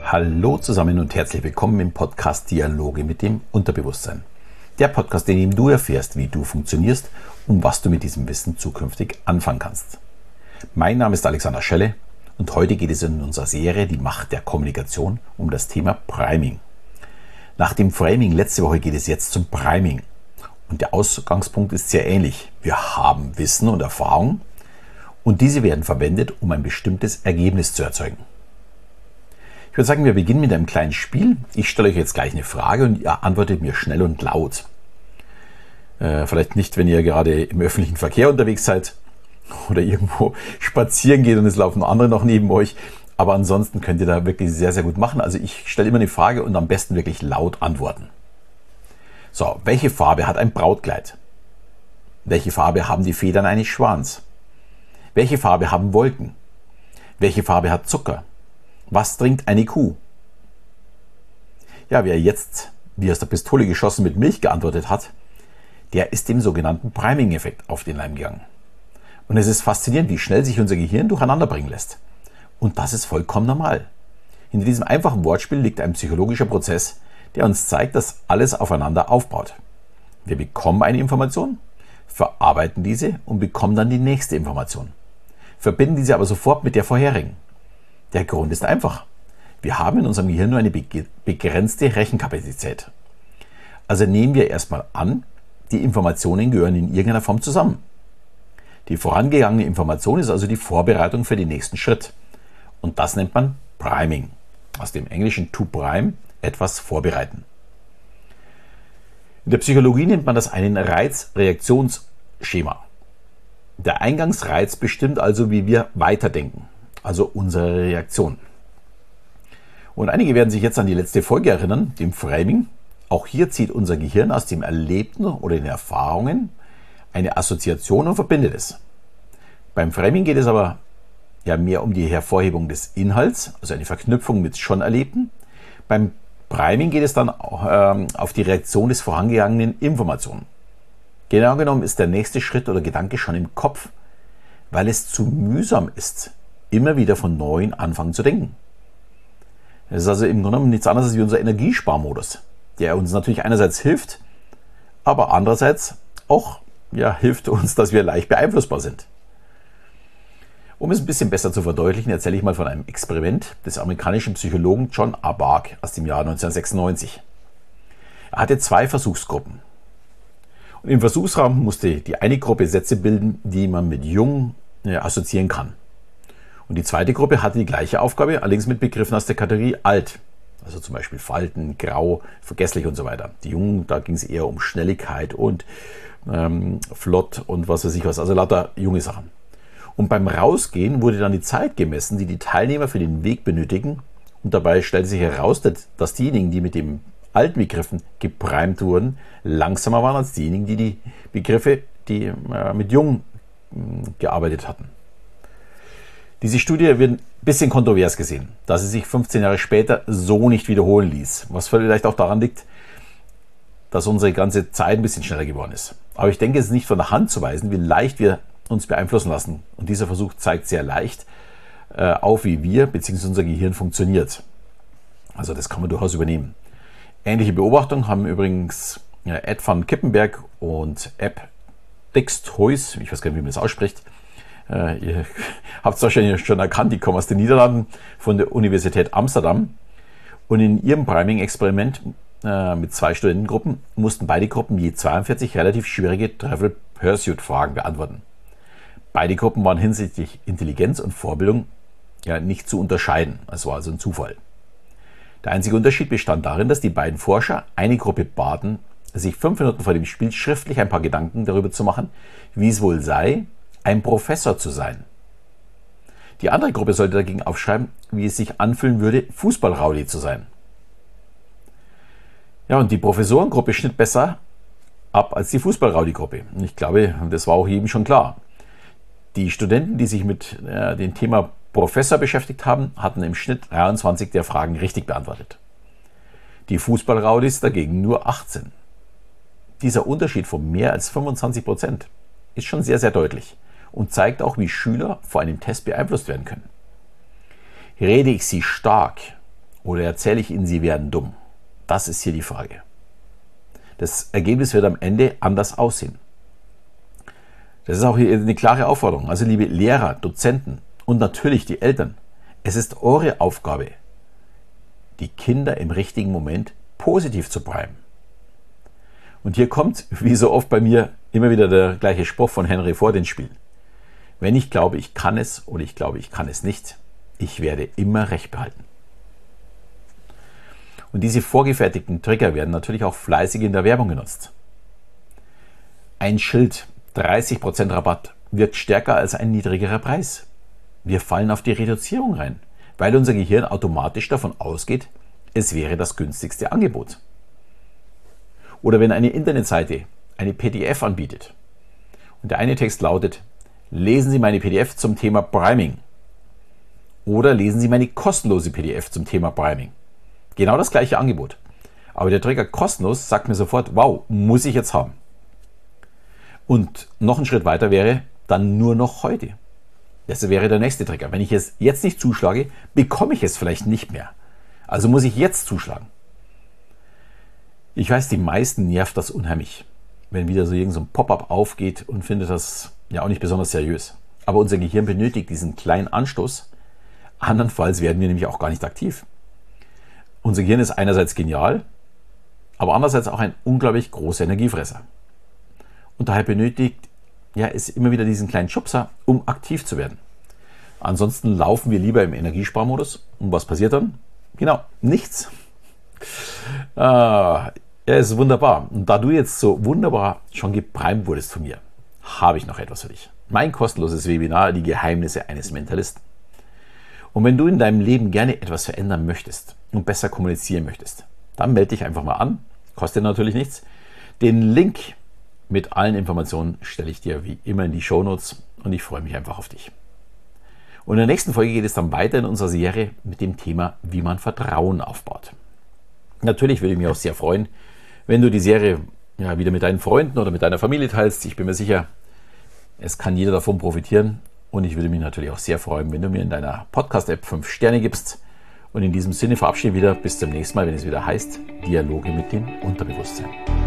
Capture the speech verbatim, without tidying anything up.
Hallo zusammen und herzlich willkommen im Podcast Dialoge mit dem Unterbewusstsein. Der Podcast, in dem du erfährst, wie du funktionierst und was du mit diesem Wissen zukünftig anfangen kannst. Mein Name ist Alexander Schelle und heute geht es in unserer Serie Die Macht der Kommunikation um das Thema Priming. Nach dem Framing letzte Woche geht es jetzt zum Priming. Und der Ausgangspunkt ist sehr ähnlich. Wir haben Wissen und Erfahrung und diese werden verwendet, um ein bestimmtes Ergebnis zu erzeugen. Ich würde sagen, wir beginnen mit einem kleinen Spiel. Ich stelle euch jetzt gleich eine Frage und ihr antwortet mir schnell und laut. Äh, vielleicht nicht, wenn ihr gerade im öffentlichen Verkehr unterwegs seid oder irgendwo spazieren geht und es laufen andere noch neben euch. Aber ansonsten könnt ihr da wirklich sehr, sehr gut machen. Also ich stelle immer eine Frage und am besten wirklich laut antworten. So, welche Farbe hat ein Brautkleid? Welche Farbe haben die Federn eines Schwans? Welche Farbe haben Wolken? Welche Farbe hat Zucker? Was trinkt eine Kuh? Ja, wer jetzt, wie aus der Pistole geschossen, mit Milch geantwortet hat, der ist dem sogenannten Priming-Effekt auf den Leim gegangen. Und es ist faszinierend, wie schnell sich unser Gehirn durcheinander bringen lässt. Und das ist vollkommen normal. Hinter diesem einfachen Wortspiel liegt ein psychologischer Prozess, der uns zeigt, dass alles aufeinander aufbaut. Wir bekommen eine Information, verarbeiten diese und bekommen dann die nächste Information. Verbinden diese aber sofort mit der vorherigen. Der Grund ist einfach. Wir haben in unserem Gehirn nur eine begrenzte Rechenkapazität. Also nehmen wir erstmal an, die Informationen gehören in irgendeiner Form zusammen. Die vorangegangene Information ist also die Vorbereitung für den nächsten Schritt. Und das nennt man Priming. Aus dem Englischen to prime, etwas vorbereiten. In der Psychologie nennt man das einen Reiz-Reaktionsschema. Der Eingangsreiz bestimmt also, wie wir weiterdenken, also unsere Reaktion. Und einige werden sich jetzt an die letzte Folge erinnern, dem Framing. Auch hier zieht unser Gehirn aus dem Erlebten oder den Erfahrungen eine Assoziation und verbindet es. Beim Framing geht es aber ja mehr um die Hervorhebung des Inhalts, also eine Verknüpfung mit schon Erlebten. Beim Priming geht es dann ähm, auf die Reaktion des vorangegangenen Informationen. Genau genommen ist der nächste Schritt oder Gedanke schon im Kopf, weil es zu mühsam ist, immer wieder von Neuem anfangen zu denken. Es ist also im Grunde genommen nichts anderes als wie unser Energiesparmodus, der uns natürlich einerseits hilft, aber andererseits auch ja, hilft uns, dass wir leicht beeinflussbar sind. Um es ein bisschen besser zu verdeutlichen, erzähle ich mal von einem Experiment des amerikanischen Psychologen John Bargh aus dem Jahr neunzehnhundertsechsundneunzig. Er hatte zwei Versuchsgruppen. Und im Versuchsraum musste die eine Gruppe Sätze bilden, die man mit jung ja, assoziieren kann. Und die zweite Gruppe hatte die gleiche Aufgabe, allerdings mit Begriffen aus der Kategorie alt. Also zum Beispiel Falten, Grau, vergesslich und so weiter. Die Jungen, da ging es eher um Schnelligkeit und ähm, flott und was weiß ich was, also lauter junge Sachen. Und beim Rausgehen wurde dann die Zeit gemessen, die die Teilnehmer für den Weg benötigen. Und dabei stellte sich heraus, dass diejenigen, die mit den alten Begriffen geprimed wurden, langsamer waren als diejenigen, die die Begriffe, die äh, mit jung äh, gearbeitet hatten. Diese Studie wird ein bisschen kontrovers gesehen, da sie sich fünfzehn Jahre später so nicht wiederholen ließ. Was vielleicht auch daran liegt, dass unsere ganze Zeit ein bisschen schneller geworden ist. Aber ich denke, es ist nicht von der Hand zu weisen, wie leicht wir uns beeinflussen lassen. Und dieser Versuch zeigt sehr leicht äh, auf, wie wir bzw. unser Gehirn funktioniert. Also das kann man durchaus übernehmen. Ähnliche Beobachtungen haben übrigens äh, Ed van Kippenberg und Eb Dijkhuis, ich weiß gar nicht, wie man das ausspricht. Äh, ihr habt es wahrscheinlich schon erkannt, die kommen aus den Niederlanden von der Universität Amsterdam. Und in ihrem Priming-Experiment äh, mit zwei Studentengruppen mussten beide Gruppen je zweiundvierzig relativ schwierige Trivial-Pursuit-Fragen beantworten. Beide Gruppen waren hinsichtlich Intelligenz und Vorbildung ja nicht zu unterscheiden. Es war also ein Zufall. Der einzige Unterschied bestand darin, dass die beiden Forscher eine Gruppe baten, sich fünf Minuten vor dem Spiel schriftlich ein paar Gedanken darüber zu machen, wie es wohl sei, ein Professor zu sein. Die andere Gruppe sollte dagegen aufschreiben, wie es sich anfühlen würde, Fußballraudi zu sein. Ja, und die Professorengruppe schnitt besser ab als die Fußballraudi-Gruppe. Ich glaube, das war auch jedem schon klar. Die Studenten, die sich mit äh, dem Thema Professor beschäftigt haben, hatten im Schnitt dreiundzwanzig der Fragen richtig beantwortet. Die Fußballraudis dagegen nur achtzehn. Dieser Unterschied von mehr als fünfundzwanzig Prozent ist schon sehr, sehr deutlich und zeigt auch, wie Schüler vor einem Test beeinflusst werden können. Rede ich sie stark oder erzähle ich ihnen, sie werden dumm? Das ist hier die Frage. Das Ergebnis wird am Ende anders aussehen. Das ist auch hier eine klare Aufforderung. Also liebe Lehrer, Dozenten und natürlich die Eltern, es ist eure Aufgabe, die Kinder im richtigen Moment positiv zu primen. Und hier kommt, wie so oft bei mir, immer wieder der gleiche Spruch von Henry Ford ins Spiel. Wenn ich glaube, ich kann es oder ich glaube, ich kann es nicht, ich werde immer Recht behalten. Und diese vorgefertigten Trigger werden natürlich auch fleißig in der Werbung genutzt. Ein Schild, dreißig Prozent Rabatt, wirkt stärker als ein niedrigerer Preis. Wir fallen auf die Reduzierung rein, weil unser Gehirn automatisch davon ausgeht, es wäre das günstigste Angebot. Oder wenn eine Internetseite eine P D F anbietet und der eine Text lautet, lesen Sie meine P D F zum Thema Priming oder lesen Sie meine kostenlose P D F zum Thema Priming. Genau das gleiche Angebot. Aber der Trigger kostenlos sagt mir sofort, wow, muss ich jetzt haben. Und noch ein Schritt weiter wäre dann nur noch heute. Das wäre der nächste Trigger. Wenn ich es jetzt nicht zuschlage, bekomme ich es vielleicht nicht mehr. Also muss ich jetzt zuschlagen. Ich weiß, die meisten nervt das unheimlich, wenn wieder so irgend so ein Pop-up aufgeht und findet das ja auch nicht besonders seriös. Aber unser Gehirn benötigt diesen kleinen Anstoß. Andernfalls werden wir nämlich auch gar nicht aktiv. Unser Gehirn ist einerseits genial, aber andererseits auch ein unglaublich großer Energiefresser. Und daher benötigt ja, es immer wieder diesen kleinen Schubser, um aktiv zu werden. Ansonsten laufen wir lieber im Energiesparmodus. Und was passiert dann? Genau, nichts. Ah, ja, es ist wunderbar. Und da du jetzt so wunderbar schon geprimed wurdest von mir, habe ich noch etwas für dich. Mein kostenloses Webinar, die Geheimnisse eines Mentalisten. Und wenn du in deinem Leben gerne etwas verändern möchtest und besser kommunizieren möchtest, dann melde dich einfach mal an. Kostet natürlich nichts. Den Link mit allen Informationen stelle ich dir wie immer in die Shownotes und ich freue mich einfach auf dich. Und in der nächsten Folge geht es dann weiter in unserer Serie mit dem Thema, wie man Vertrauen aufbaut. Natürlich würde ich mich auch sehr freuen, wenn du die Serie ja, wieder mit deinen Freunden oder mit deiner Familie teilst. Ich bin mir sicher, es kann jeder davon profitieren. Und ich würde mich natürlich auch sehr freuen, wenn du mir in deiner Podcast-App fünf Sterne gibst. Und in diesem Sinne verabschiede ich wieder. Bis zum nächsten Mal, wenn es wieder heißt, Dialoge mit dem Unterbewusstsein.